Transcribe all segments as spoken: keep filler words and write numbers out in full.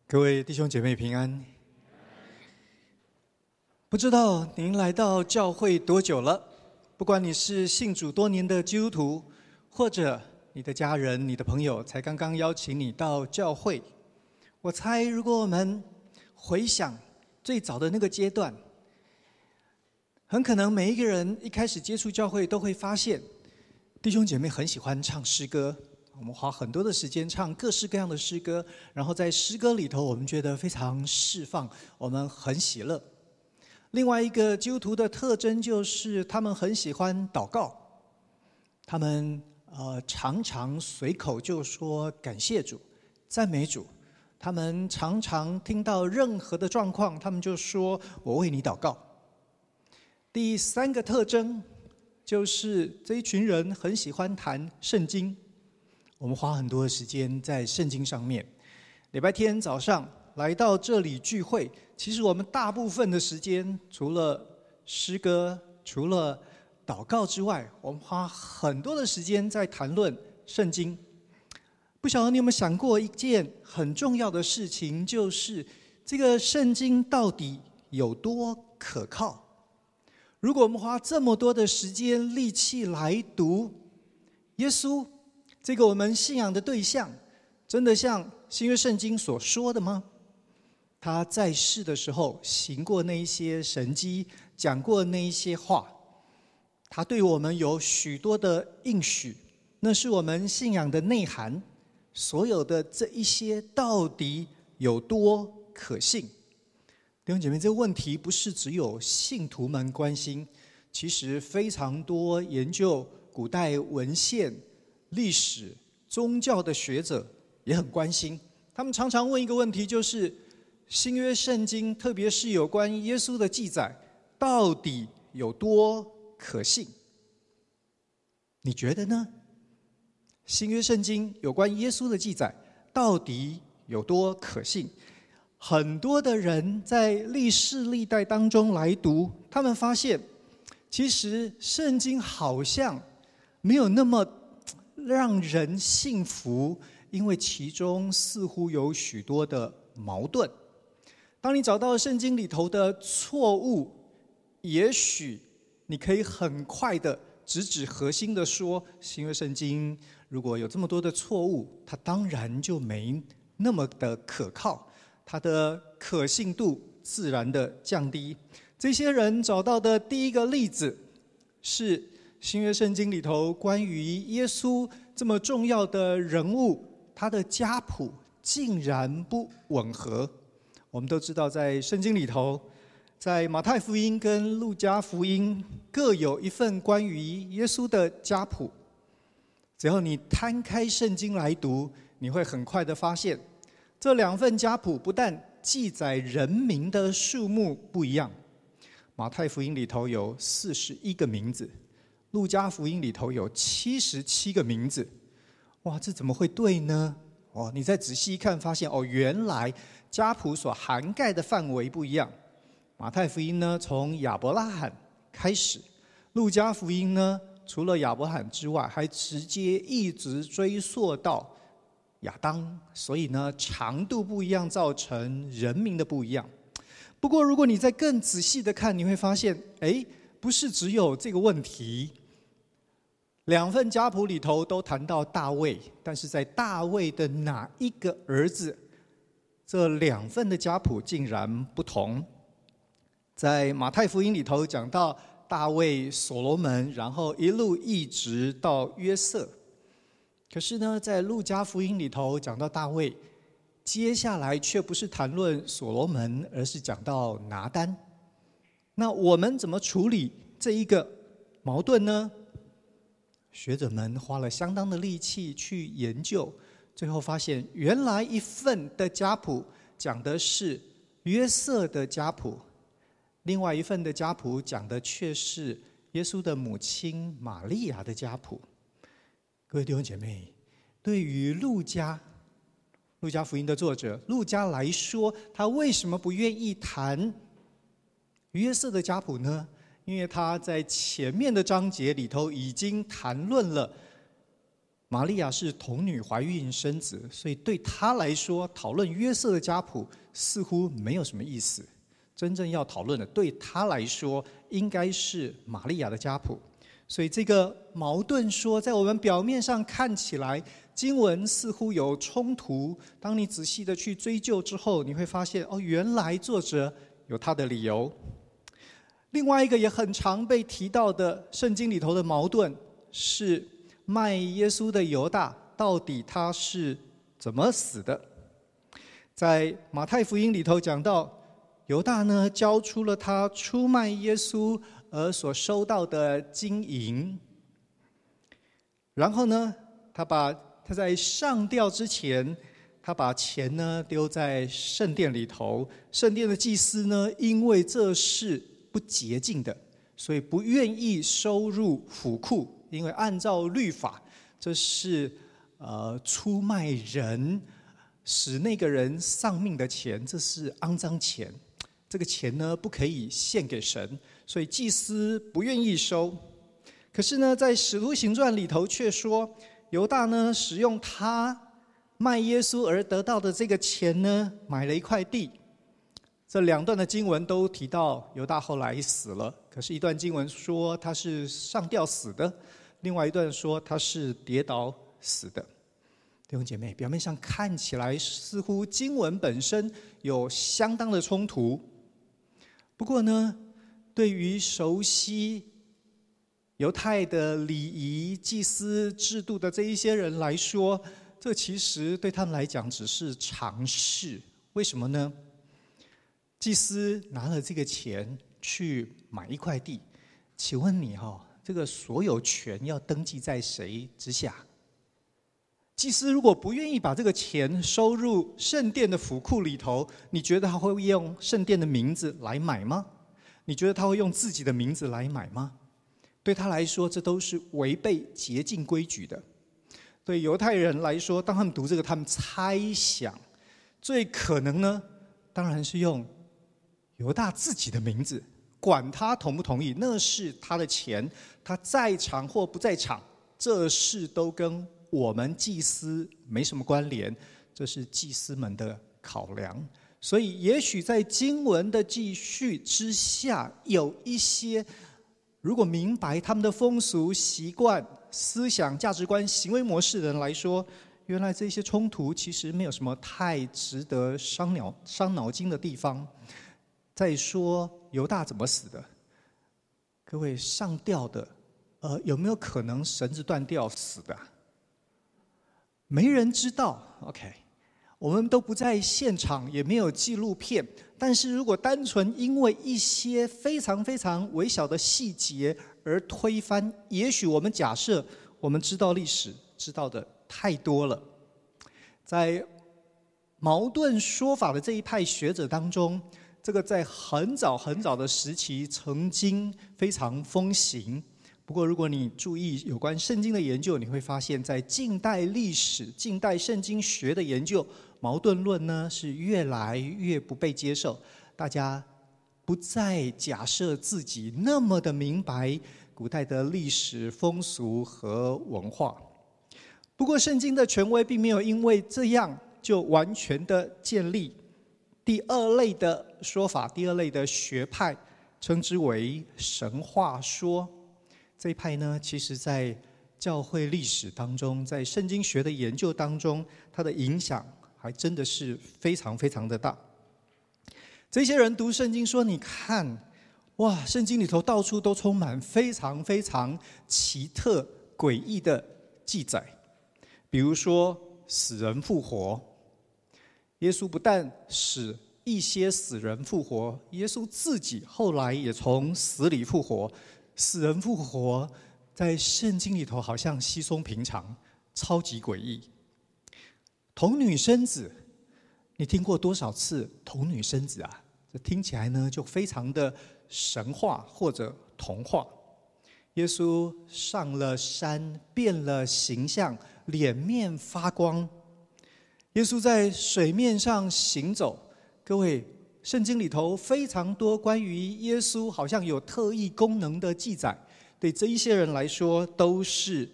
各位弟兄姐妹平安。不知道您来到教会多久了？不管你是信主多年的基督徒，或者你的家人、你的朋友才刚刚邀请你到教会，我猜如果我们回想最早的那个阶段，很可能每一个人一开始接触教会都会发现，弟兄姐妹很喜欢唱诗歌。我们花很多的时间唱各式各样的诗歌，然后在诗歌里头，我们觉得非常释放，我们很喜乐。另外一个基督徒的特征就是他们很喜欢祷告，他们呃常常随口就说感谢主、赞美主。他们常常听到任何的状况，他们就说我为你祷告。第三个特征就是这一群人很喜欢谈圣经。我们花很多的时间在圣经上面。礼拜天早上来到这里聚会，其实我们大部分的时间，除了诗歌、除了祷告之外，我们花很多的时间在谈论圣经。不晓得你有没有想过一件很重要的事情，就是这个圣经到底有多可靠？如果我们花这么多的时间、力气来读耶稣这个我们信仰的对象，真的像新约圣经所说的吗？他在世的时候行过那一些神迹，讲过那一些话，他对我们有许多的应许，那是我们信仰的内涵。所有的这一些到底有多可信？弟兄姐妹，这个问题不是只有信徒们关心，其实非常多研究古代文献、历史、宗教的学者也很关心。他们常常问一个问题，就是新约圣经，特别是有关耶稣的记载，到底有多可信？你觉得呢？新约圣经有关耶稣的记载，到底有多可信？很多的人在历世历代当中来读，他们发现，其实圣经好像没有那么让人信服，因为其中似乎有许多的矛盾。当你找到圣经里头的错误，也许你可以很快的直指核心的说，新约圣经如果有这么多的错误，它当然就没那么的可靠，它的可信度自然的降低。这些人找到的第一个例子是新约圣经里头关于耶稣这么重要的人物，他的家谱竟然不吻合。我们都知道，在圣经里头，在马太福音跟路加福音各有一份关于耶稣的家谱。只要你摊开圣经来读，你会很快的发现，这两份家谱不但记载人名的数目不一样，马太福音里头有四十一个名字，路加福音里头有七十七个名字。哇，这怎么会对呢？哦，你再仔细一看，发现哦，原来家谱所涵盖的范围不一样。马太福音呢，从亚伯拉罕开始；路加福音呢，除了亚伯拉罕之外，还直接一直追溯到亚当，所以呢，长度不一样，造成人名的不一样。不过，如果你再更仔细的看，你会发现，哎，不是只有这个问题。两份家谱里头都谈到大卫，但是在大卫的哪一个儿子，这两份的家谱竟然不同。在马太福音里头讲到大卫、所罗门，然后一路一直到约瑟。可是呢，在路加福音里头讲到大卫，接下来却不是谈论所罗门，而是讲到拿单。那我们怎么处理这一个矛盾呢？学者们花了相当的力气去研究，最后发现，原来一份的家谱讲的是约瑟的家谱，另外一份的家谱讲的却是耶稣的母亲玛利亚的家谱。各位弟兄姐妹，对于路加路加福音的作者路加来说，他为什么不愿意谈约瑟的家谱呢？因为他在前面的章节里头已经谈论了玛利亚是童女怀孕生子，所以对她来说，讨论约瑟的家谱似乎没有什么意思。真正要讨论的，对她来说，应该是玛利亚的家谱。所以这个矛盾说，在我们表面上看起来，经文似乎有冲突。当你仔细的去追究之后，你会发现，哦，原来作者有他的理由。另外一个也很常被提到的圣经里头的矛盾是，卖耶稣的犹大到底他是怎么死的？在马太福音里头讲到，犹大呢交出了他出卖耶稣而所收到的金银，然后呢，他把他在上吊之前，他把钱呢丢在圣殿里头。圣殿的祭司呢，因为这是不洁净的，所以不愿意收入府库。因为按照律法，这是呃出卖人，使那个人丧命的钱，这是肮脏钱。这个钱呢，不可以献给神，所以祭司不愿意收。可是呢，在使徒行传里头却说，犹大呢使用他卖耶稣而得到的这个钱呢，买了一块地。这两段的经文都提到犹大后来死了，可是一段经文说他是上吊死的，另外一段说他是跌倒死的。弟兄姐妹，表面上看起来似乎经文本身有相当的冲突，不过呢，对于熟悉犹太的礼仪、祭司制度的这一些人来说，这其实对他们来讲只是常识。为什么呢？祭司拿了这个钱去买一块地，请问你哈、哦，这个所有权要登记在谁之下？祭司如果不愿意把这个钱收入圣殿的府库里头，你觉得他会用圣殿的名字来买吗？你觉得他会用自己的名字来买吗？对他来说，这都是违背洁净规矩的。对犹太人来说，当他们读这个，他们猜想最可能呢，当然是用犹大自己的名字，管他同不同意，那是他的钱，他在场或不在场，这事都跟我们祭司没什么关联，这是祭司们的考量。所以也许在经文的记叙之下，有一些如果明白他们的风俗习惯、思想价值观、行为模式的人来说，原来这些冲突其实没有什么太值得伤脑伤脑筋的地方。再说犹大怎么死的？各位，上吊的，呃，有没有可能绳子断掉死的？没人知道。OK， 我们都不在现场，也没有纪录片。但是如果单纯因为一些非常非常微小的细节而推翻，也许我们假设我们知道历史，知道的太多了。在矛盾说法的这一派学者当中，这个在很早很早的时期曾经非常风行。不过如果你注意有关圣经的研究，你会发现在近代历史、近代圣经学的研究，矛盾论呢是越来越不被接受。大家不再假设自己那么的明白古代的历史风俗和文化。不过圣经的权威并没有因为这样就完全的建立。第二类的说法，第二类的学派，称之为神话说。这一派呢，其实在教会历史当中，在圣经学的研究当中，它的影响还真的是非常非常的大。这些人读圣经说，你看，哇，圣经里头到处都充满非常非常奇特诡异的记载，比如说死人复活。耶稣不但使一些死人复活，耶稣自己后来也从死里复活。死人复活在圣经里头好像稀松平常，超级诡异。童女生子，你听过多少次童女生子啊？这听起来呢就非常的神话或者童话。耶稣上了山，变了形象，脸面发光。耶稣在水面上行走，各位，圣经里头非常多关于耶稣好像有特异功能的记载，对这一些人来说都是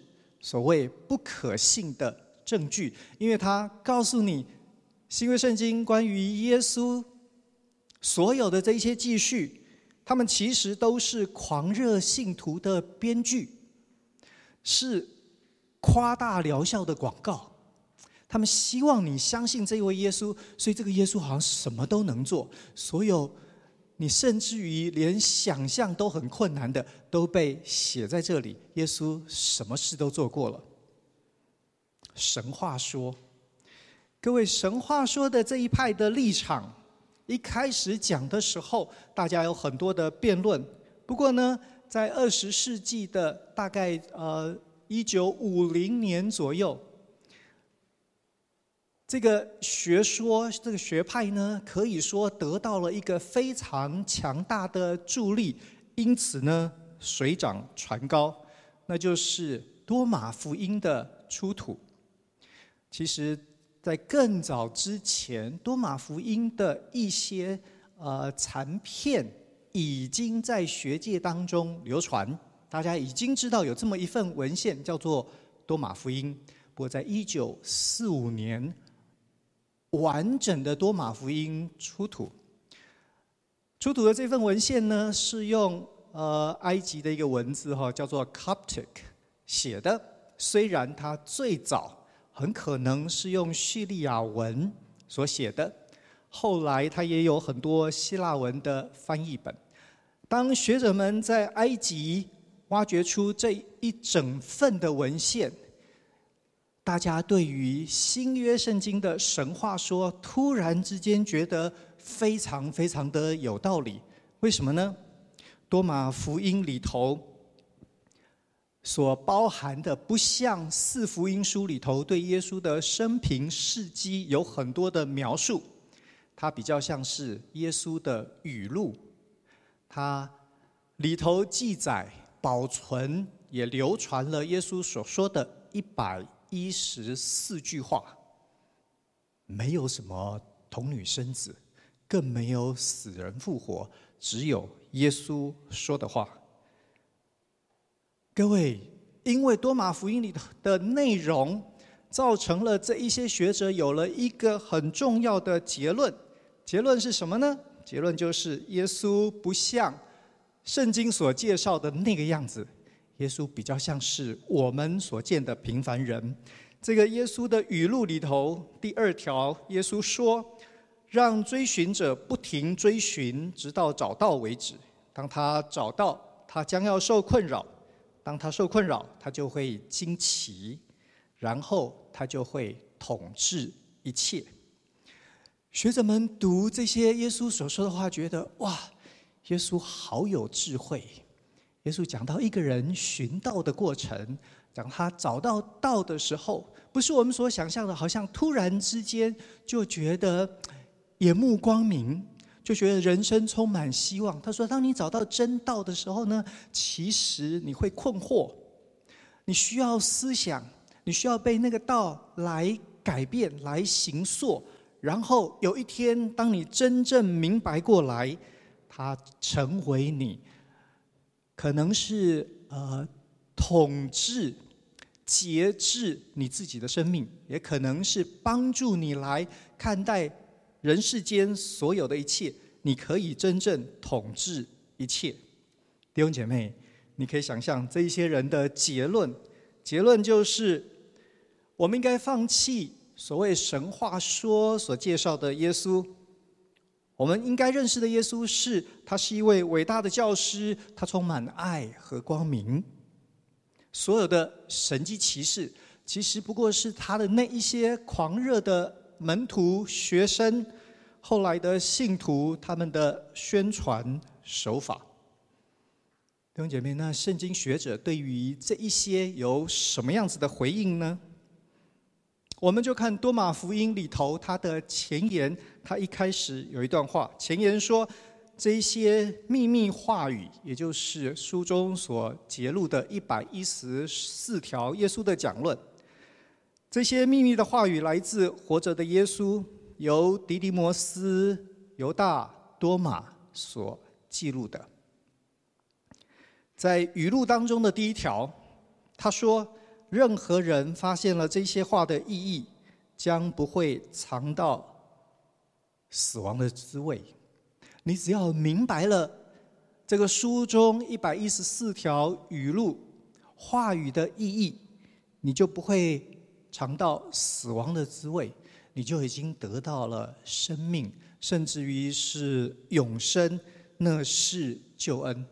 所谓不可信的证据，因为他告诉你，新约圣经关于耶稣所有的这些记叙，他们其实都是狂热信徒的编剧，是夸大疗效的广告。他们希望你相信这位耶稣，所以这个耶稣好像什么都能做，所有你甚至于连想象都很困难的都被写在这里。耶稣什么事都做过了。神话说，各位，神话说的这一派的立场，一开始讲的时候，大家有很多的辩论。不过呢，在二十世纪的大概呃一九五零年左右，这个学说，这个学派呢，可以说得到了一个非常强大的助力，因此呢，水涨船高，那就是多马福音的出土。其实，在更早之前，多马福音的一些呃残片已经在学界当中流传，大家已经知道有这么一份文献叫做多马福音。不过，在一九四五年，完整的多马福音出土，出土的这份文献呢，是用呃埃及的一个文字哈，叫做 Coptic 写的。虽然它最早很可能是用叙利亚文所写的，后来它也有很多希腊文的翻译本。当学者们在埃及挖掘出这一整份的文献，大家对于新约圣经的神话说，突然之间觉得非常非常的有道理。为什么呢？多马福音里头所包含的，不像四福音书里头对耶稣的生平事迹有很多的描述，它比较像是耶稣的语录，它里头记载、保存也流传了耶稣所说的一百一十四句话，没有什么童女生子，更没有死人复活，只有耶稣说的话。各位，因为多马福音里的内容，造成了这一些学者有了一个很重要的结论。结论是什么呢？结论就是耶稣不像圣经所介绍的那个样子，耶稣比较像是我们所见的平凡人。这个耶稣的语录里头，第二条，耶稣说：“让追寻者不停追寻，直到找到为止。当他找到，他将要受困扰；当他受困扰，他就会惊奇，然后他就会统治一切。”学者们读这些耶稣所说的话，觉得哇，耶稣好有智慧。耶稣讲到一个人寻道的过程，讲他找到道的时候，不是我们所想象的，好像突然之间就觉得眼目光明，就觉得人生充满希望。他说，当你找到真道的时候呢，其实你会困惑，你需要思想，你需要被那个道来改变，来形塑。然后有一天，当你真正明白过来，它成为你可能是呃统治、节制你自己的生命，也可能是帮助你来看待人世间所有的一切。你可以真正统治一切。弟兄姐妹，你可以想象这一些人的结论，结论就是我们应该放弃所谓神话说所介绍的耶稣。我们应该认识的耶稣是，他是一位伟大的教师，他充满爱和光明。所有的神迹奇事，其实不过是他的那一些狂热的门徒、学生，后来的信徒他们的宣传手法。弟兄姐妹，那圣经学者对于这一些有什么样子的回应呢？我们就看多马福音里头，它的前言，它一开始有一段话，前言说，这一些秘密话语，也就是书中所揭露的一百一十四条耶稣的讲论，这些秘密的话语来自活着的耶稣，由狄迪摩斯、犹大、多马所记录的。在语录当中的第一条，他说， 任何人发现了这些话的意义，将不会尝到死亡的滋味。你只要明白了这个书中一百一十四条语录话语的意义，你就不会尝到死亡的滋味，你就已经得到了生命，甚至于是永生，那是救恩。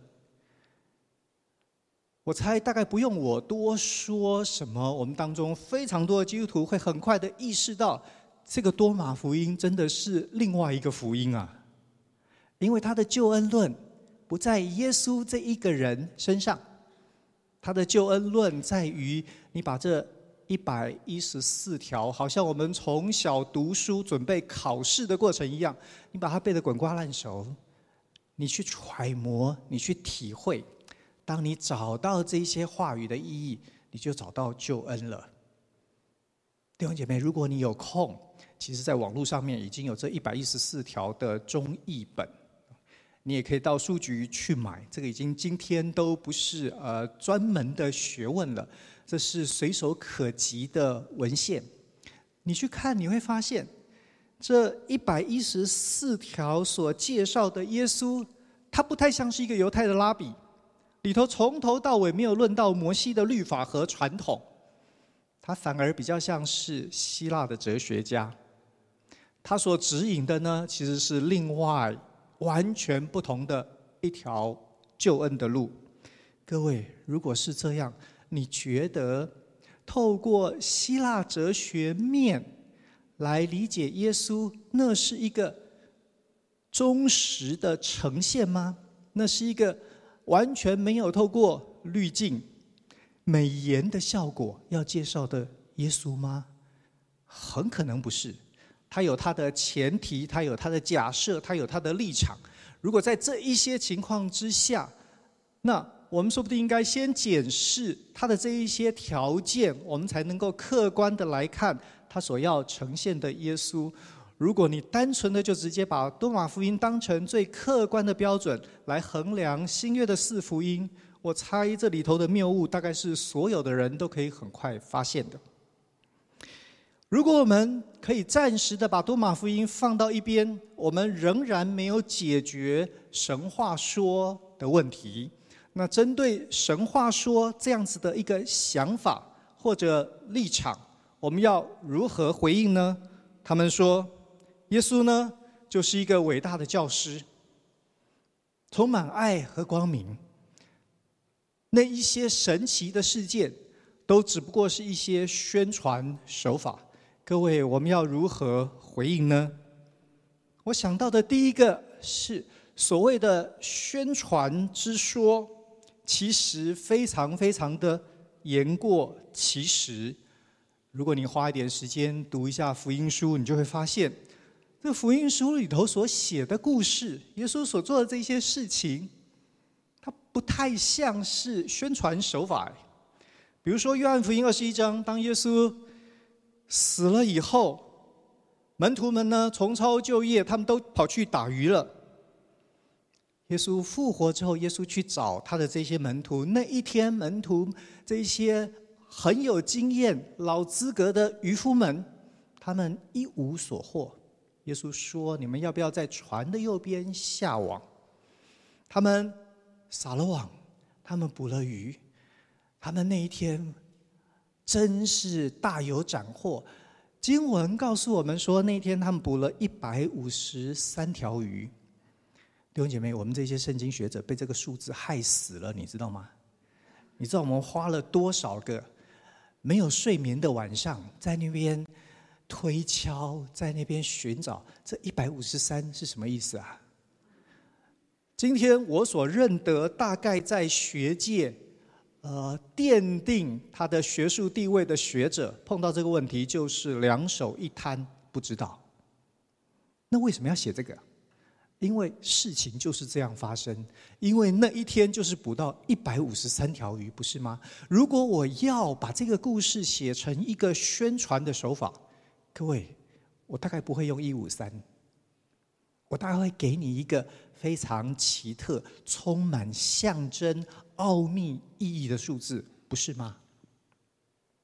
我猜大概不用我多说什么，我们当中非常多的基督徒会很快的意识到，这个多马福音真的是另外一个福音啊！因为他的救恩论不在耶稣这一个人身上，他的救恩论在于你把这一百一十四条，好像我们从小读书准备考试的过程一样，你把它背得滚瓜烂熟，你去揣摩，你去体会。当你找到这些话语的意义，你就找到救恩了。弟兄姐妹，如果你有空，其实在网络上面已经有这一百一十四条的中译本，你也可以到书局去买。这个已经今天都不是呃专门的学问了，这是随手可及的文献。你去看，你会发现这一百一十四条所介绍的耶稣，他不太像是一个犹太的拉比。里头从头到尾没有论到摩西的律法和传统，他反而比较像是希腊的哲学家。他所指引的呢，其实是另外完全不同的一条救恩的路。各位，如果是这样，你觉得透过希腊哲学面来理解耶稣，那是一个忠实的呈现吗？那是一个完全没有透过滤镜、美颜的效果要介绍的耶稣吗？很可能不是。他有他的前提，他有他的假设，他有他的立场。如果在这一些情况之下，那我们说不定应该先检视他的这一些条件，我们才能够客观的来看他所要呈现的耶稣。如果你单纯的就直接把多马福音当成最客观的标准来衡量新约的四福音，我猜这里头的谬误大概是所有的人都可以很快发现的。如果我们可以暂时的把多马福音放到一边，我们仍然没有解决神话说的问题。那针对神话说这样子的一个想法或者立场，我们要如何回应呢？他们说耶稣呢，就是一个伟大的教师，充满爱和光明。那一些神奇的事件，都只不过是一些宣传手法。各位，我们要如何回应呢？我想到的第一个是所谓的宣传之说，其实非常非常的言过其实。如果你花一点时间读一下福音书，你就会发现，这个福音书里头所写的故事，耶稣所做的这些事情，它不太像是宣传手法。比如说约翰福音二十一章，当耶稣死了以后，门徒们呢重操旧业，他们都跑去打鱼了。耶稣复活之后，耶稣去找他的这些门徒，那一天门徒这些很有经验、老资格的渔夫们，他们一无所获。耶稣说：“你们要不要在船的右边下网？”他们撒了网，他们捕了鱼，他们那一天真是大有斩获。经文告诉我们说，那天他们捕了一百五十三条鱼。弟兄姐妹，我们这些圣经学者被这个数字害死了，你知道吗？你知道我们花了多少个没有睡眠的晚上，在那边推敲，在那边寻找，这一百五十三是什么意思啊？今天我所认得大概在学界呃，奠定他的学术地位的学者，碰到这个问题就是两手一摊，不知道。那为什么要写这个？因为事情就是这样发生，因为那一天就是捕到一百五十三条鱼，不是吗？如果我要把这个故事写成一个宣传的手法，各位，我大概不会用一五三，我大概会给你一个非常奇特、充满象征、奥秘意义的数字，不是吗？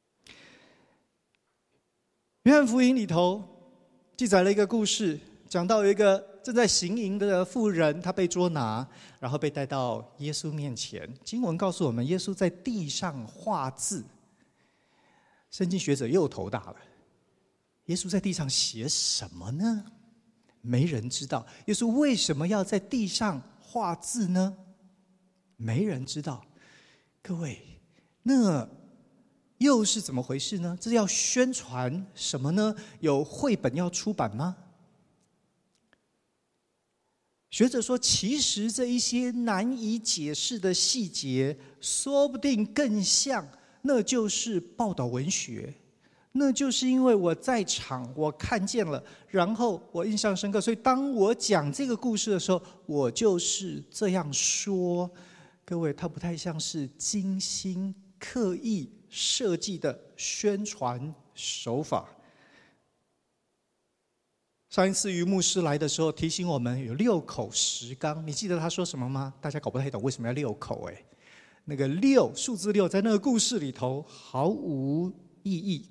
约翰福音里头记载了一个故事，讲到有一个正在行淫的妇人，她被捉拿，然后被带到耶稣面前。经文告诉我们，耶稣在地上画字。圣经学者又头大了，耶稣在地上写什么呢？没人知道。耶稣为什么要在地上画字呢？没人知道。各位，那又是怎么回事呢？这要宣传什么呢？有绘本要出版吗？学者说，其实这一些难以解释的细节，说不定更像，那就是报道文学。那就是因为我在场，我看见了，然后我印象深刻，所以当我讲这个故事的时候，我就是这样说。各位，它不太像是精心刻意设计的宣传手法。上一次于牧师来的时候提醒我们有六口石缸，你记得他说什么吗？大家搞不太懂为什么要六口哎，那个六数字六在那个故事里头毫无意义。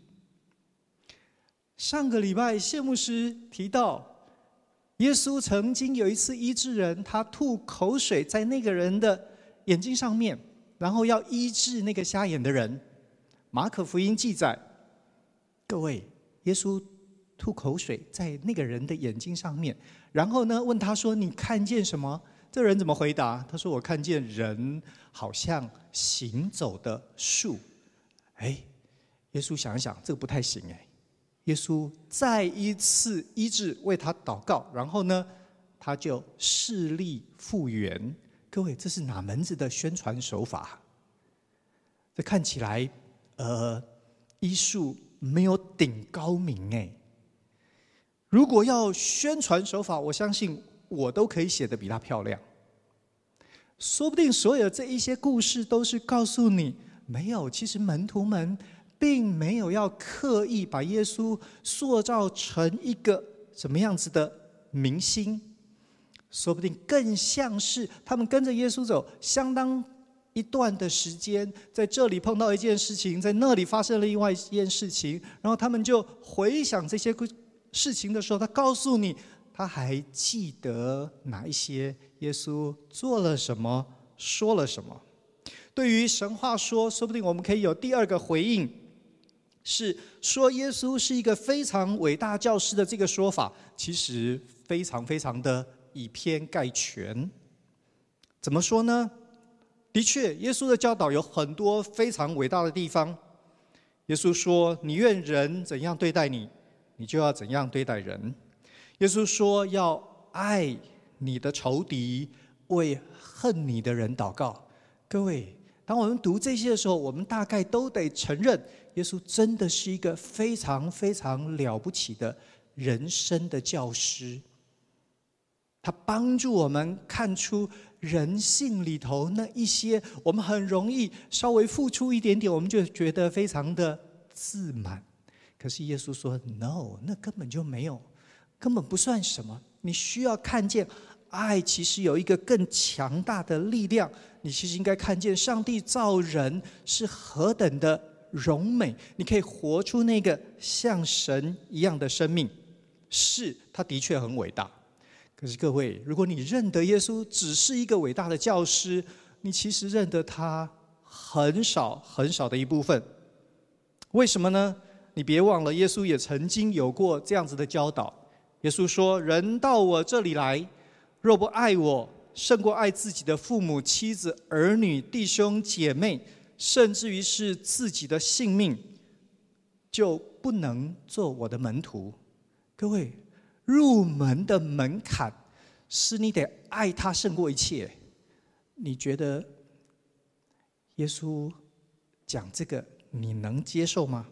上个礼拜谢牧师提到，耶稣曾经有一次医治人，他吐口水在那个人的眼睛上面，然后要医治那个瞎眼的人。马可福音记载，各位，耶稣吐口水在那个人的眼睛上面，然后呢问他说：“你看见什么？”这人怎么回答？他说：“我看见人好像行走的树。”哎，耶稣想一想，这个不太行哎。耶稣再一次医治，为他祷告，然后呢，他就视力复原。各位，这是哪门子的宣传手法？这看起来，呃，医术没有顶高明哎。如果要宣传手法，我相信我都可以写得比他漂亮。说不定所有这一些故事都是告诉你，没有，其实门徒们并没有要刻意把耶稣塑造成一个什么样子的明星，说不定更像是他们跟着耶稣走相当一段的时间，在这里碰到一件事情，在那里发生了另外一件事情，然后他们就回想这些事情的时候，他告诉你他还记得哪一些耶稣做了什么，说了什么。对于神话说，说不定我们可以有第二个回应，是说耶稣是一个非常伟大教师的这个说法，其实非常非常的以偏概全。怎么说呢？的确，耶稣的教导有很多非常伟大的地方。耶稣说：“你愿人怎样对待你，你就要怎样对待人。”耶稣说：“要爱你的仇敌，为恨你的人祷告。”各位，当我们读这些的时候，我们大概都得承认，耶稣真的是一个非常非常了不起的人生的教师。他帮助我们看出人性里头那一些我们很容易稍微付出一点点，我们就觉得非常的自满。可是耶稣说 ：“No， 那根本就没有，根本不算什么。你需要看见爱其实有一个更强大的力量。你其实应该看见上帝造人是何等的荣美，你可以活出那个像神一样的生命。是，他的确很伟大。可是各位，如果你认得耶稣只是一个伟大的教师，你其实认得他很少很少的一部分。为什么呢？你别忘了，耶稣也曾经有过这样子的教导。耶稣说：“人到我这里来，若不爱我，胜过爱自己的父母、妻子、儿女、弟兄、姐妹，甚至于是自己的性命，就不能做我的门徒。”各位，入门的门槛是你得爱他胜过一切。你觉得耶稣讲这个你能接受吗？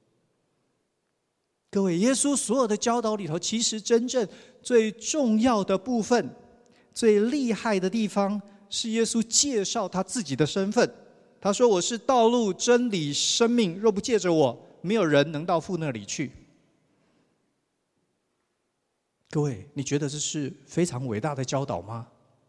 各位，耶稣所有的教导里头，其实真正最重要的部分，最厉害的地方，是耶稣介绍他自己的身份。他说：“我是道路、真理、生命，若不借着我，没有人能到父那里去。”各位，你觉得这是非常伟大的教导吗？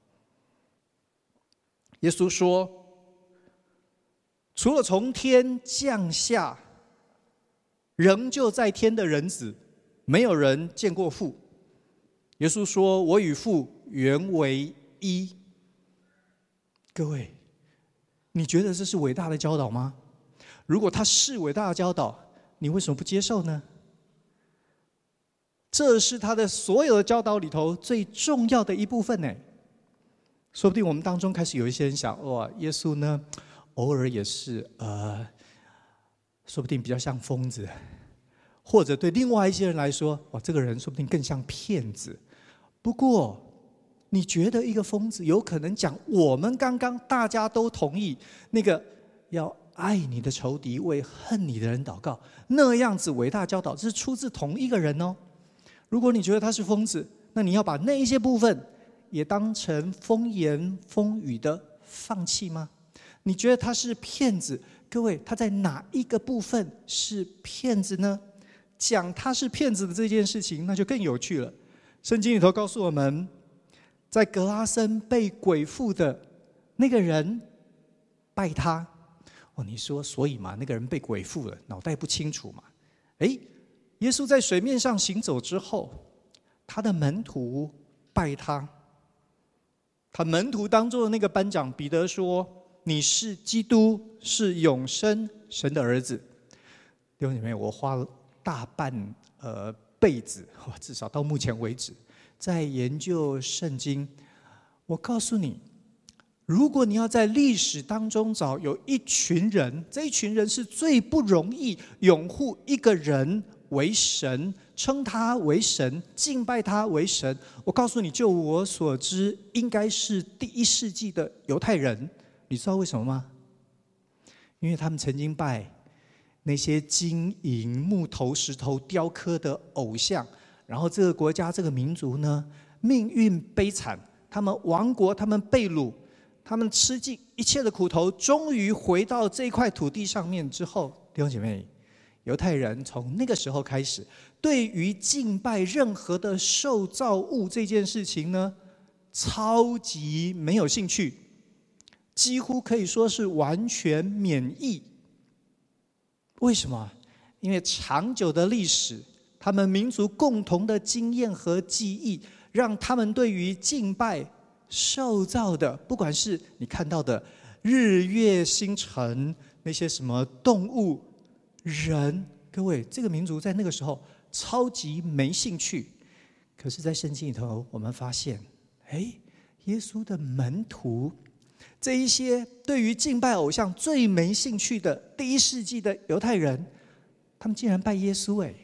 耶稣说：“除了从天降下仍旧在天的人子，没有人见过父。耶稣说：“我与父原为一。”各位，你觉得这是伟大的教导吗？如果他是伟大的教导，你为什么不接受呢？这是他的所有的教导里头最重要的一部分呢。说不定我们当中开始有一些人想：哇，耶稣呢，偶尔也是呃，说不定比较像疯子，或者对另外一些人来说，哇，这个人说不定更像骗子。不过，你觉得一个疯子有可能讲我们刚刚大家都同意那个要爱你的仇敌，为恨你的人祷告，那样子伟大教导，这是出自同一个人哦。如果你觉得他是疯子，那你要把那一些部分也当成风言风语的放弃吗？你觉得他是骗子，各位，他在哪一个部分是骗子呢？讲他是骗子的这件事情，那就更有趣了。圣经里头告诉我们，在格拉森被鬼附的那个人拜他。哦，你说所以嘛，那个人被鬼附了，脑袋不清楚嘛？哎，耶稣在水面上行走之后，他的门徒拜他。他门徒当中的那个班长彼得说：“你是基督，是永生神的儿子。”弟兄姐妹，我花了大半呃辈子，至少到目前为止，在研究圣经。我告诉你，如果你要在历史当中找有一群人，这一群人是最不容易拥护一个人为神，称他为神，敬拜他为神。我告诉你，就我所知，应该是第一世纪的犹太人。你知道为什么吗？因为他们曾经拜那些金银木头石头雕刻的偶像，然后这个国家这个民族呢，命运悲惨，他们亡国，他们被掳，他们吃尽一切的苦头，终于回到这块土地上面之后，弟兄姐妹，犹太人从那个时候开始，对于敬拜任何的受造物这件事情呢，超级没有兴趣，几乎可以说是完全免疫。为什么？因为长久的历史，他们民族共同的经验和记忆，让他们对于敬拜受造的，不管是你看到的日月星辰，那些什么动物人，各位，这个民族在那个时候超级没兴趣。可是在圣经里头我们发现，哎，耶稣的门徒，这一些对于敬拜偶像最没兴趣的第一世纪的犹太人，他们竟然拜耶稣。哎，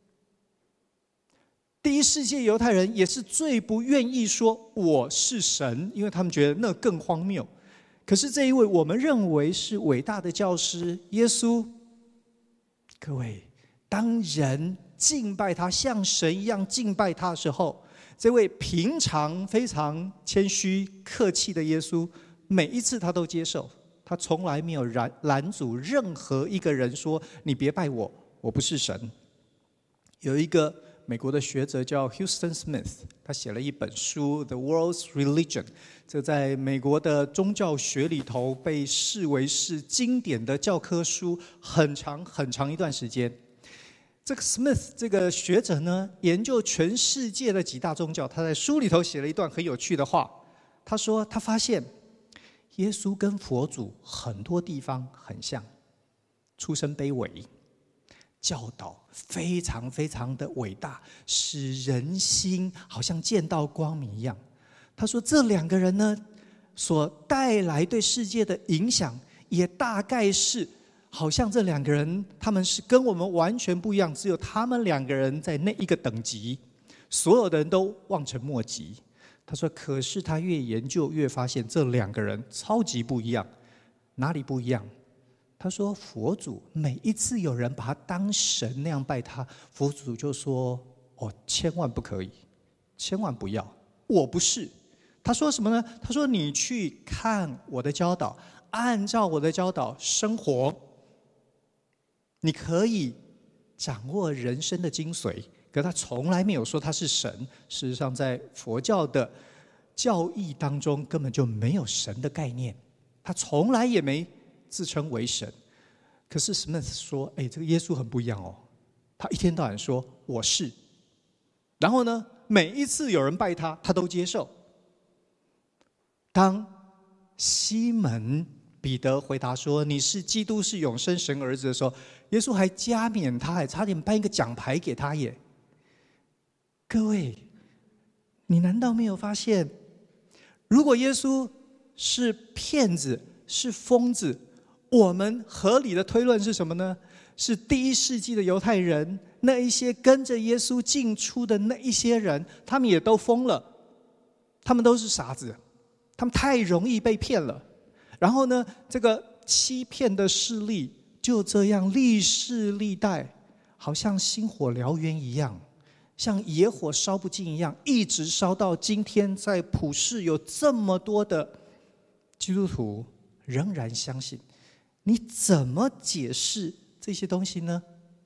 第一世纪犹太人也是最不愿意说我是神，因为他们觉得那更荒谬。可是这一位我们认为是伟大的教师耶稣，各位，当人敬拜他，像神一样敬拜他的时候，这位平常非常谦虚客气的耶稣，每一次他都接受，他从来没有拦拦阻任何一个人说你别拜我，我不是神。有一个美国的学者叫 Huston Smith， 他写了一本书《The World's Religion》，这在美国的宗教学里头被视为是经典的教科书，很长很长一段时间。这个 Smith 这个学者呢，研究全世界的几大宗教，他在书里头写了一段很有趣的话。他说他发现耶稣跟佛祖很多地方很像，出身卑微，教导非常非常的伟大，使人心好像见到光明一样。他说这两个人呢，所带来对世界的影响，也大概是好像这两个人他们是跟我们完全不一样，只有他们两个人在那一个等级，所有的人都望尘莫及。他说可是他越研究越发现这两个人超级不一样。哪里不一样？他说佛祖每一次有人把他当神那样拜他，佛祖就说哦，千万不可以，千万不要，我不是。他说什么呢？他说你去看我的教导，按照我的教导生活，你可以掌握人生的精髓。可他从来没有说他是神。事实上在佛教的教义当中根本就没有神的概念，他从来也没自称为神。可是 Smith 说，哎，这个耶稣很不一样哦。 他一天到晚说我是，然后呢，每一次有人拜他，他都接受。当西门彼得回答说你是基督，是永生神儿子的时候，耶稣还加冕他，还差点颁一个奖牌给他耶。各位，你难道没有发现，如果耶稣是骗子，是疯子，我们合理的推论是什么呢？是第一世纪的犹太人，那一些跟着耶稣进出的那一些人，他们也都疯了，他们都是傻子，他们太容易被骗了。然后呢，这个欺骗的势力就这样历世历代，好像星火燎原一样，像野火烧不尽一样，一直烧到今天，在普世有这么多的基督徒仍然相信。你怎么解释这些东西呢？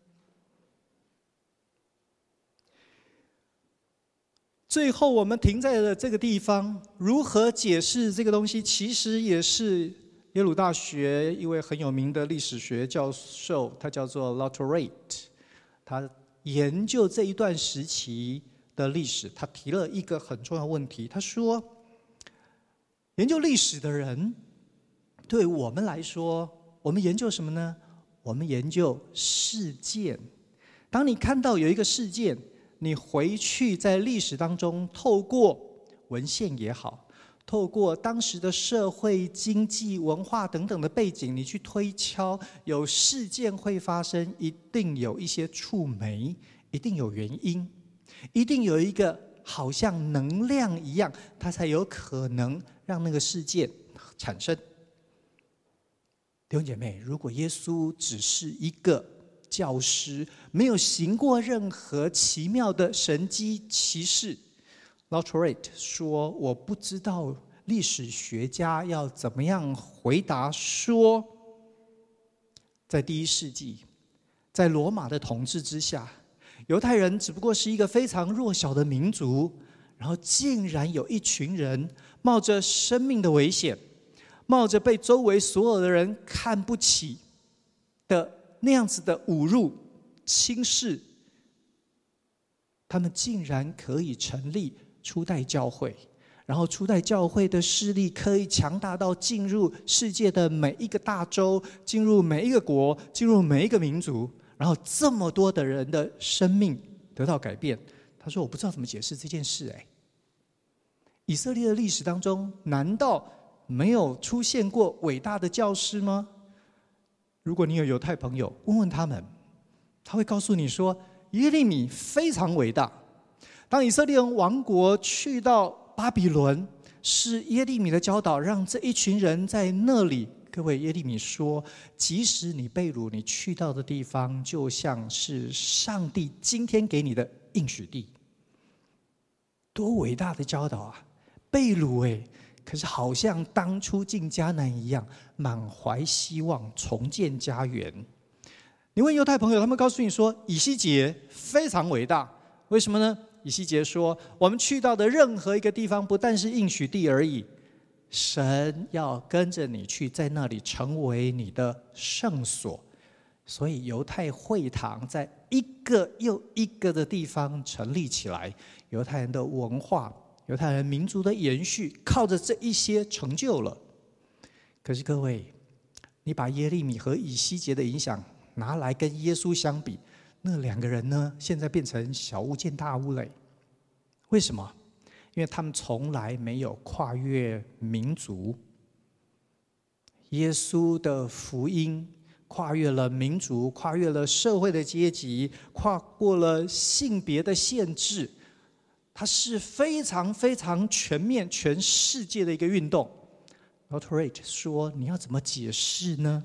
最后我们停在了这个地方，如何解释这个东西，其实也是耶鲁大学一位很有名的历史学教授，他叫做 Latourette， 他研究这一段时期的历史，他提了一个很重要的问题。他说，研究历史的人，对我们来说，我们研究什么呢？我们研究事件。当你看到有一个事件，你回去在历史当中，透过文献也好，透过当时的社会、经济、文化等等的背景，你去推敲，有事件会发生，一定有一些触媒，一定有原因，一定有一个好像能量一样，它才有可能让那个事件产生。弟兄姐妹，如果耶稣只是一个教师，没有行过任何奇妙的神迹奇事， Latourette 说，我不知道历史学家要怎么样回答说，在第一世纪，在罗马的统治之下，犹太人只不过是一个非常弱小的民族，然后竟然有一群人冒着生命的危险，冒着被周围所有的人看不起的那样子的侮辱、轻视，他们竟然可以成立初代教会，然后初代教会的势力可以强大到进入世界的每一个大洲，进入每一个国，进入每一个民族，然后这么多的人的生命得到改变。他说，我不知道怎么解释这件事。哎，以色列的历史当中，难道没有出现过伟大的教师吗？如果你有犹太朋友，问问他们，他会告诉你说，耶利米非常伟大。当以色列人亡国去到巴比伦，是耶利米的教导让这一群人在那里。各位，耶利米说，即使你被掳，你去到的地方就像是上帝今天给你的应许地。多伟大的教导啊！被掳哎，可是好像当初进迦南一样，满怀希望重建家园。你问犹太朋友，他们告诉你说，以西结非常伟大。为什么呢？以西结说，我们去到的任何一个地方，不但是应许地而已，神要跟着你去，在那里成为你的圣所。所以犹太会堂在一个又一个的地方成立起来，犹太人的文化，犹太人民族的延续，靠着这一些成就了。可是各位，你把耶利米和以西结的影响拿来跟耶稣相比，那两个人呢，现在变成小巫见大巫了。为什么？因为他们从来没有跨越民族。耶稣的福音跨越了民族，跨越了社会的阶级，跨过了性别的限制，它是非常非常全面、全世界的一个运动。Latourette 说，你要怎么解释呢？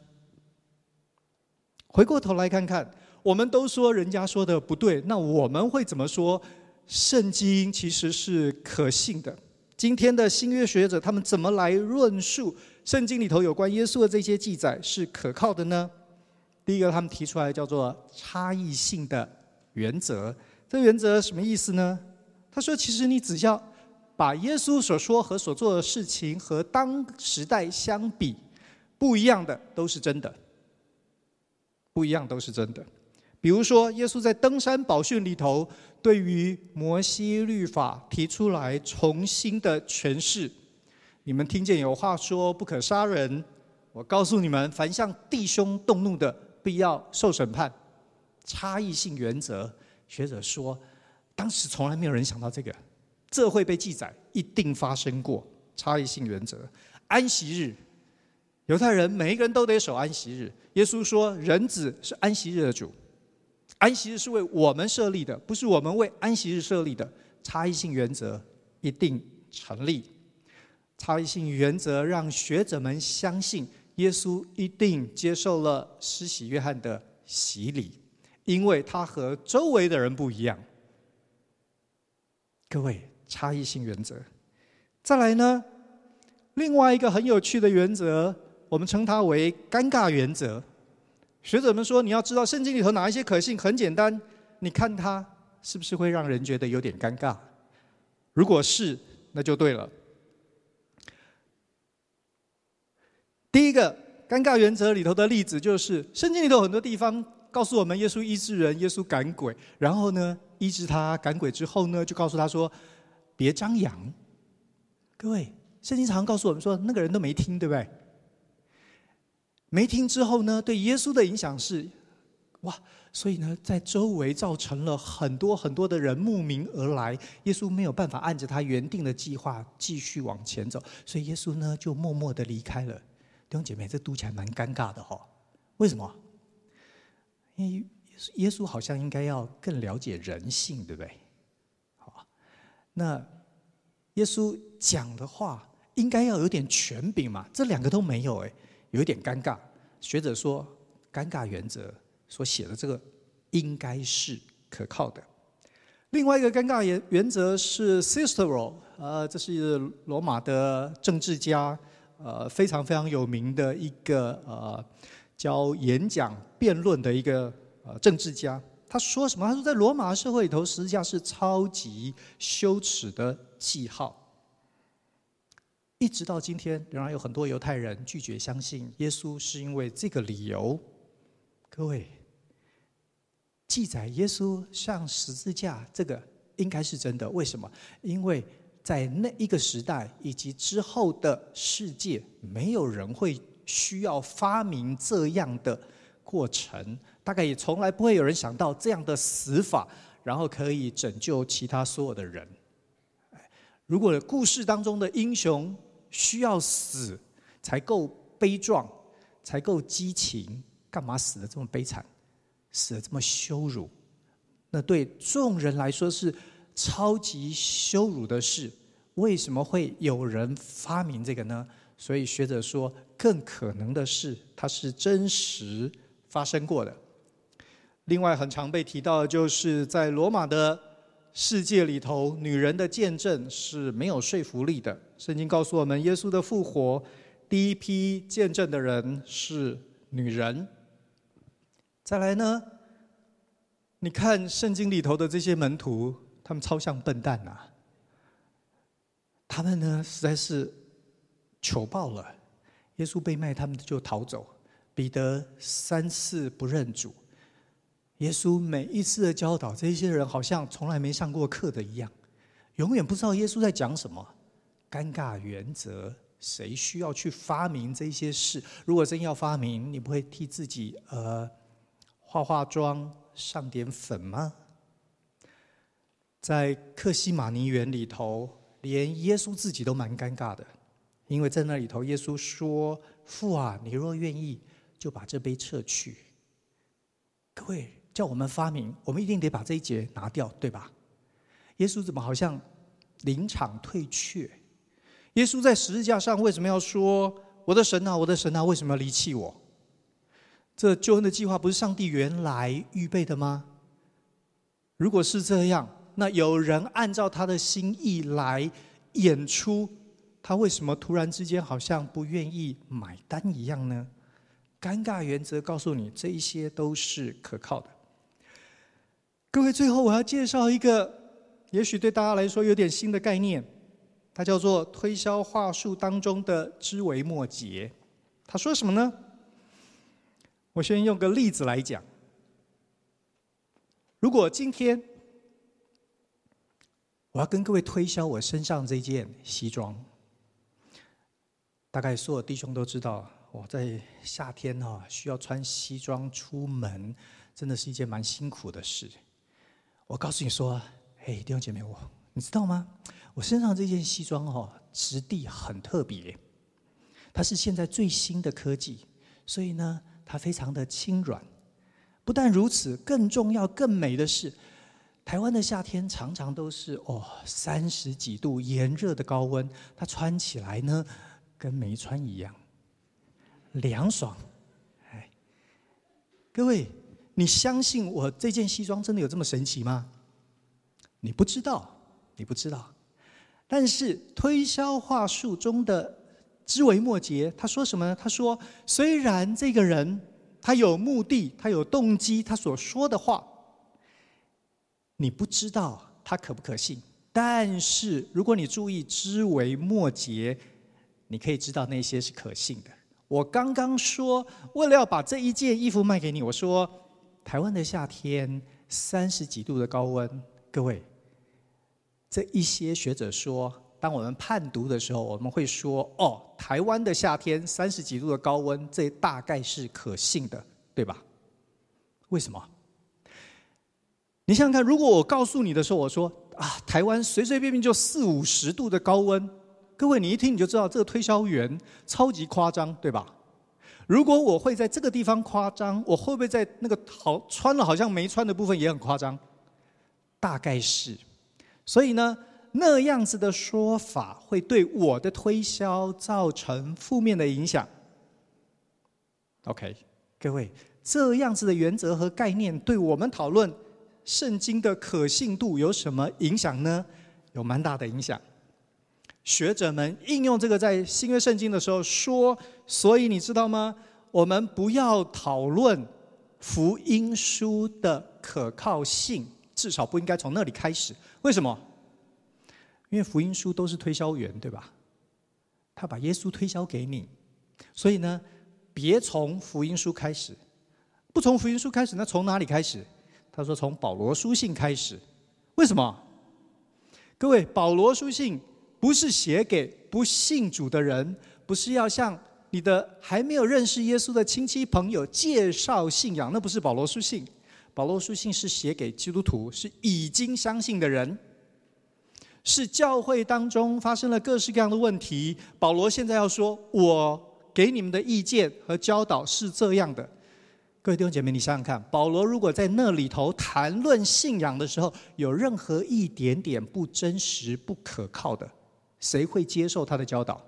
回过头来看看，我们都说人家说的不对，那我们会怎么说圣经其实是可信的？今天的新约学者他们怎么来论述圣经里头有关耶稣的这些记载是可靠的呢？第一个他们提出来叫做差异性的原则。这个原则什么意思呢？他说，其实你只要把耶稣所说和所做的事情和当时代相比，不一样的都是真的，不一样都是真的。 比如说，耶稣在登山宝训里头，对于摩西律法提出来重新的诠释。你们听见有话说不可杀人，我告诉你们，凡向弟兄动怒的，必要受审判。差异性原则，学者说，当时从来没有人想到这个，这会被记载，一定发生过。差异性原则，安息日，犹太人每一个人都得守安息日。耶稣说，人子是安息日的主。安息日是为我们设立的，不是我们为安息日设立的。差异性原则一定成立。差异性原则让学者们相信，耶稣一定接受了施洗约翰的洗礼，因为他和周围的人不一样。各位，差异性原则。再来呢，另外一个很有趣的原则，我们称它为尴尬原则。学者们说，你要知道圣经里头哪一些可信，很简单，你看它是不是会让人觉得有点尴尬？如果是，那就对了。第一个尴尬原则里头的例子就是，圣经里头很多地方告诉我们，耶稣医治人，耶稣赶鬼，然后呢，医治他赶鬼之后呢，就告诉他说，别张扬。各位，圣经常常告诉我们说，那个人都没听，对不对？没听之后呢，对耶稣的影响是，哇，所以呢，在周围造成了很多很多的人慕名而来，耶稣没有办法按着他原定的计划继续往前走，所以耶稣呢就默默的离开了。弟兄姐妹，这读起来蛮尴尬的哈、哦。为什么？因为耶稣好像应该要更了解人性，对不对？好，那耶稣讲的话应该要有点权柄嘛，这两个都没有，哎，有一点尴尬。学者说，尴尬原则所写的这个应该是可靠的。另外一个尴尬原原则是 Cicero， 呃，这是罗马的政治家，呃，非常非常有名的一个呃教演讲辩论的一个呃政治家。他说什么？他说，在罗马社会里头，十字架是超级羞耻的记号。一直到今天，仍然有很多犹太人拒绝相信耶稣，是因为这个理由。各位，记载耶稣上十字架，这个应该是真的。为什么？因为在那一个时代以及之后的世界，没有人会需要发明这样的过程，大概也从来不会有人想到这样的死法，然后可以拯救其他所有的人。如果故事当中的英雄需要死才够悲壮，才够激情，干嘛死得这么悲惨，死得这么羞辱？那对众人来说是超级羞辱的事。为什么会有人发明这个呢？所以学者说，更可能的是它是真实发生过的。另外很常被提到的就是在罗马的世界里头，女人的见证是没有说服力的。圣经告诉我们，耶稣的复活，第一批见证的人是女人。再来呢，你看圣经里头的这些门徒，他们超像笨蛋啊！他们呢，实在是糗爆了。耶稣被卖，他们就逃走。彼得三次不认主。耶稣每一次的教导，这些人好像从来没上过课的一样，永远不知道耶稣在讲什么。尴尬原则，谁需要去发明这些事？如果真要发明，你不会替自己呃化化妆、上点粉吗？在客西马尼园里头，连耶稣自己都蛮尴尬的，因为在那里头，耶稣说：“父啊，你若愿意，就把这杯撤去。”各位，叫我们发明，我们一定得把这一节拿掉，对吧？耶稣怎么好像临场退却？耶稣在十字架上为什么要说：“我的神啊，我的神啊，为什么要离弃我？”这救恩的计划不是上帝原来预备的吗？如果是这样，那有人按照他的心意来演出，他为什么突然之间好像不愿意买单一样呢？尴尬原则告诉你，这一些都是可靠的。各位，最后我要介绍一个也许对大家来说有点新的概念，它叫做推销话术当中的枝微末节。他说什么呢？我先用个例子来讲。 如果今天我要跟各位推销我身上这件西装，大概所有弟兄都知道，我在夏天哈需要穿西装出门，真的是一件蛮辛苦的事。我告诉你说，嘿，弟兄姐妹，我你知道吗？我身上这件西装哈质地很特别，它是现在最新的科技，所以呢，它非常的轻软。不但如此，更重要、更美的是，台湾的夏天常常都是哦三十几度炎热的高温，它穿起来呢跟没穿一样，凉爽。哎，各位，你相信我这件西装真的有这么神奇吗？你不知道，你不知道。但是推销话术中的枝微末节，他说什么呢？他说，虽然这个人他有目的，他有动机，他所说的话，你不知道他可不可信。但是如果你注意枝微末节，你可以知道那些是可信的。我刚刚说，为了要把这一件衣服卖给你，我说台湾的夏天三十几度的高温，各位，这一些学者说，当我们判读的时候，我们会说，哦，台湾的夏天三十几度的高温，这大概是可信的，对吧？为什么？你想想看，如果我告诉你的时候，我说啊，台湾随随便便就四五十度的高温，各位你一听你就知道，这个推销员超级夸张，对吧？如果我会在这个地方夸张，我会不会在那个好穿了好像没穿的部分也很夸张？大概是。所以呢，那样子的说法会对我的推销造成负面的影响。OK， 各位，这样子的原则和概念对我们讨论圣经的可信度有什么影响呢？有蛮大的影响。学者们应用这个在新约圣经的时候说，所以你知道吗？我们不要讨论福音书的可靠性，至少不应该从那里开始。为什么？因为福音书都是推销员，对吧？他把耶稣推销给你，所以呢，别从福音书开始。不从福音书开始，那从哪里开始？他说从保罗书信开始。为什么？各位，保罗书信不是写给不信主的人，不是要向你的还没有认识耶稣的亲戚朋友介绍信仰，那不是保罗书信。保罗书信是写给基督徒，是已经相信的人，是教会当中发生了各式各样的问题。保罗现在要说，我给你们的意见和教导是这样的。各位弟兄姐妹，你想想看，保罗如果在那里头谈论信仰的时候，有任何一点点不真实、不可靠的，谁会接受他的教导？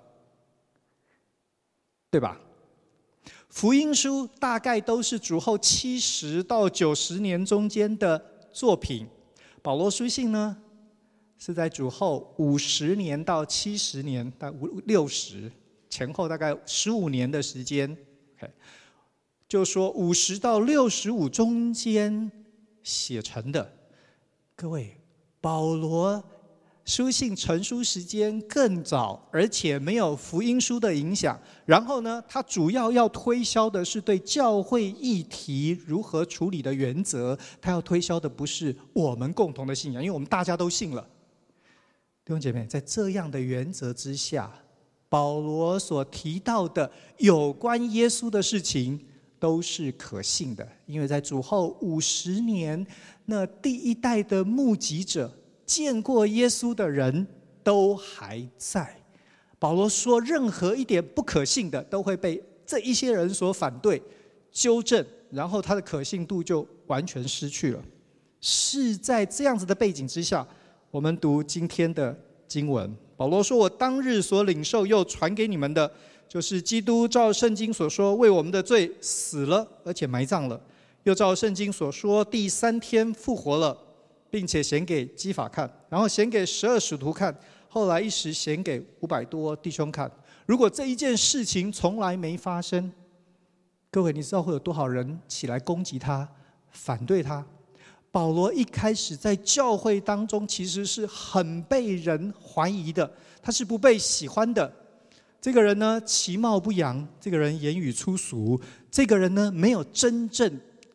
对吧？福音书大概都是主后七十到九十年中间的作品，保罗书信呢是在主后五十年到七十年，到六十前后大概十五年的时间。Okay， 就说五十到六十五中间写成的。各位，保罗书信成书时间更早，而且没有福音书的影响。然后呢，他主要要推销的是对教会议题如何处理的原则。他要推销的不是我们共同的信仰，因为我们大家都信了。弟兄姐妹，在这样的原则之下，保罗所提到的有关耶稣的事情都是可信的，因为在主后五十年，那第一代的目击者见过耶稣的人都还在。保罗说，任何一点不可信的都会被这一些人所反对、纠正，然后他的可信度就完全失去了。是在这样子的背景之下，我们读今天的经文。保罗说，我当日所领受又传给你们的，就是基督照圣经所说，为我们的罪死了，而且埋葬了，又照圣经所说，第三天复活了，并且显给基法看，然后显给十二使徒看，后来一时显给五百多弟兄看。如果这一件事情从来没发生，各位，你知道会有多少人起来攻击他、反对他？保罗一开始在教会当中其实是很被人怀疑的，他是不被喜欢的。这个人呢，其貌不扬，这个人言语粗俗，这个人呢，没有真正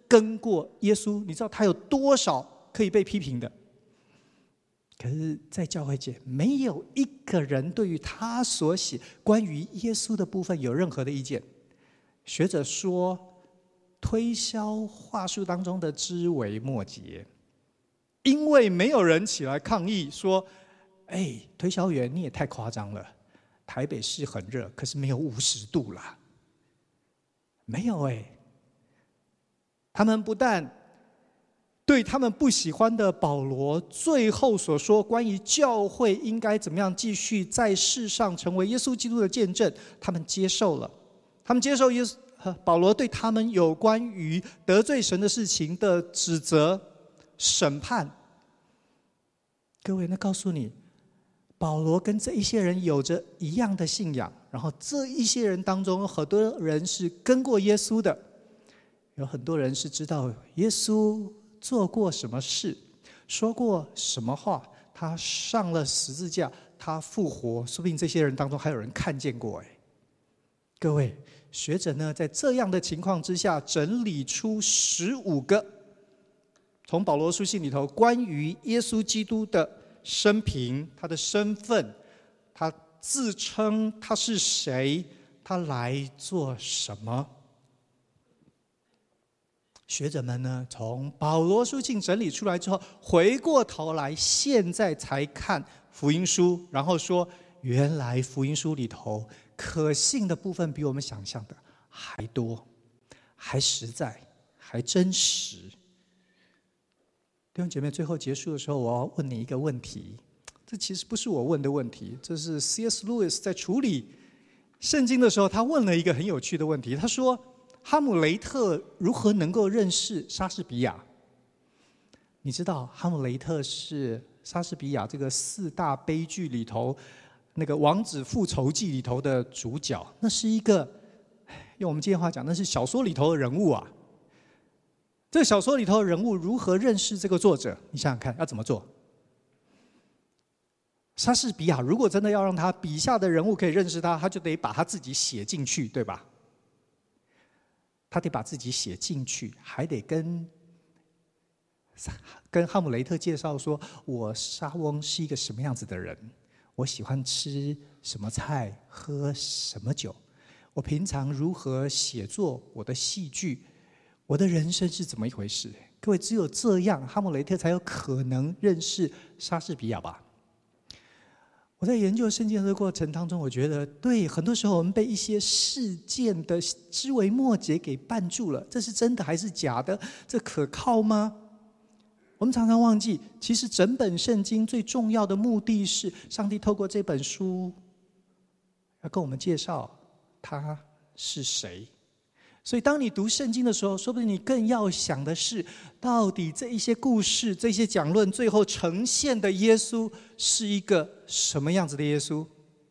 跟过耶稣，你知道他有多少可以被批评的？可是在教会界，没有一个人对于他所写关于耶稣的部分有任何的意见。学者说，推销话术当中的枝微末节，因为没有人起来抗议说，哎，推销员你也太夸张了，台北市很热，可是没有五十度啦。没有哎，他们不但对他们不喜欢的保罗最后所说关于教会应该怎么样继续在世上成为耶稣基督的见证，他们接受了，他们接受耶稣保罗对他们有关于得罪神的事情的指责、审判。各位，那告诉你，保罗跟这一些人有着一样的信仰，然后这一些人当中，很多人是跟过耶稣的，有很多人是知道耶稣做过什么事，说过什么话，他上了十字架，他复活，说不定这些人当中还有人看见过。各位学者呢，在这样的情况之下，整理出十五个从保罗书信里头关于耶稣基督的生平，他的身份，他自称他是谁，他来做什么。学者们呢，从保罗书信整理出来之后，回过头来，现在才看福音书，然后说，原来福音书里头可信的部分比我们想象的还多，还实在，还真实。弟兄姐妹，最后结束的时候，我要问你一个问题，这其实不是我问的问题，这是 C S Lewis 在处理圣经的时候，他问了一个很有趣的问题。他说，哈姆雷特如何能够认识莎士比亚？你知道哈姆雷特是莎士比亚这个四大悲剧里头那个《王子复仇记》里头的主角，那是一个用我们今天话讲，那是小说里头的人物啊。这个小说里头的人物如何认识这个作者？你想想看，要怎么做？莎士比亚如果真的要让他笔下的人物可以认识他，他就得把他自己写进去，对吧？他得把自己写进去，还得跟跟哈姆雷特介绍说，我莎翁是一个什么样子的人，我喜欢吃什么菜，喝什么酒，我平常如何写作我的戏剧，我的人生是怎么一回事。各位，只有这样，哈姆雷特才有可能认识莎士比亚吧。我在研究圣经的过程当中，我觉得对，很多时候我们被一些事件的枝微末节给绊住了，这是真的还是假的？这可靠吗？我们常常忘记，其实整本圣经最重要的目的是，上帝透过这本书要跟我们介绍他是谁。所以当你读圣经的时候，说不定你更要想的是，到底这一些故事、这些讲论最后呈现的耶稣是一个什么样子的耶稣？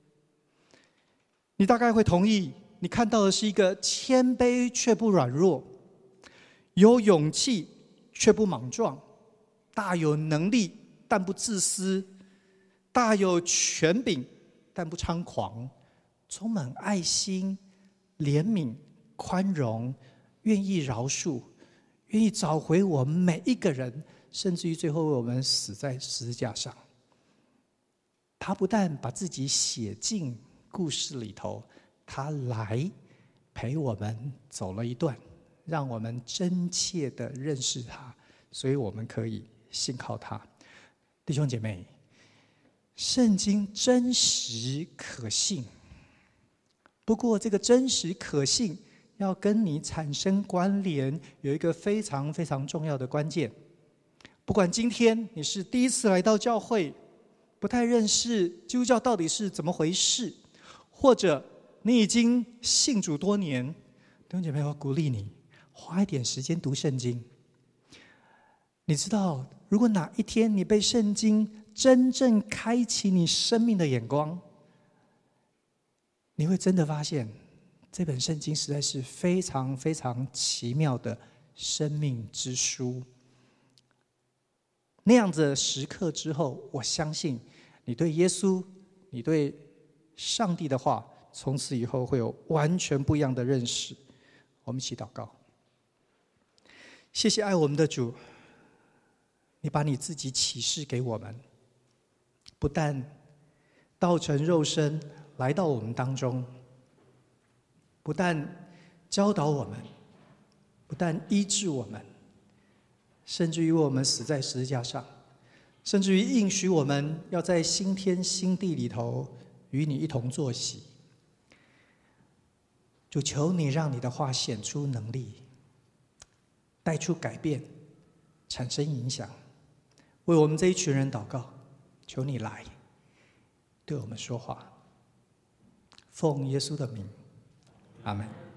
你大概会同意，你看到的是一个谦卑却不软弱，有勇气却不莽撞，大有能力但不自私，大有权柄但不猖狂，充满爱心、怜悯、宽容，愿意饶恕，愿意找回我们每一个人，甚至于最后我们死在十字架上。他不但把自己写进故事里头，他来陪我们走了一段，让我们真切的认识他，所以我们可以信靠他。弟兄姐妹，圣经真实可信，不过这个真实可信要跟你产生关联，有一个非常非常重要的关键。不管今天你是第一次来到教会，不太认识基督教到底是怎么回事，或者你已经信主多年，弟兄姐妹，我鼓励你花一点时间读圣经。你知道，如果哪一天你被圣经真正开启你生命的眼光，你会真的发现这本圣经实在是非常非常奇妙的生命之书。那样子的时刻之后，我相信你对耶稣，你对上帝的话，从此以后会有完全不一样的认识。我们一起祷告。 谢谢爱我们的主，你把你自己启示给我们，不但道成肉身来到我们当中，不但教导我们，不但医治我们，甚至于我们死在十字架上，甚至于应许我们要在新天新地里头与你一同坐席。主，求你让你的话显出能力，带出改变，产生影响，为我们这一群人祷告。求你来对我们说话，奉耶稣的名，阿们。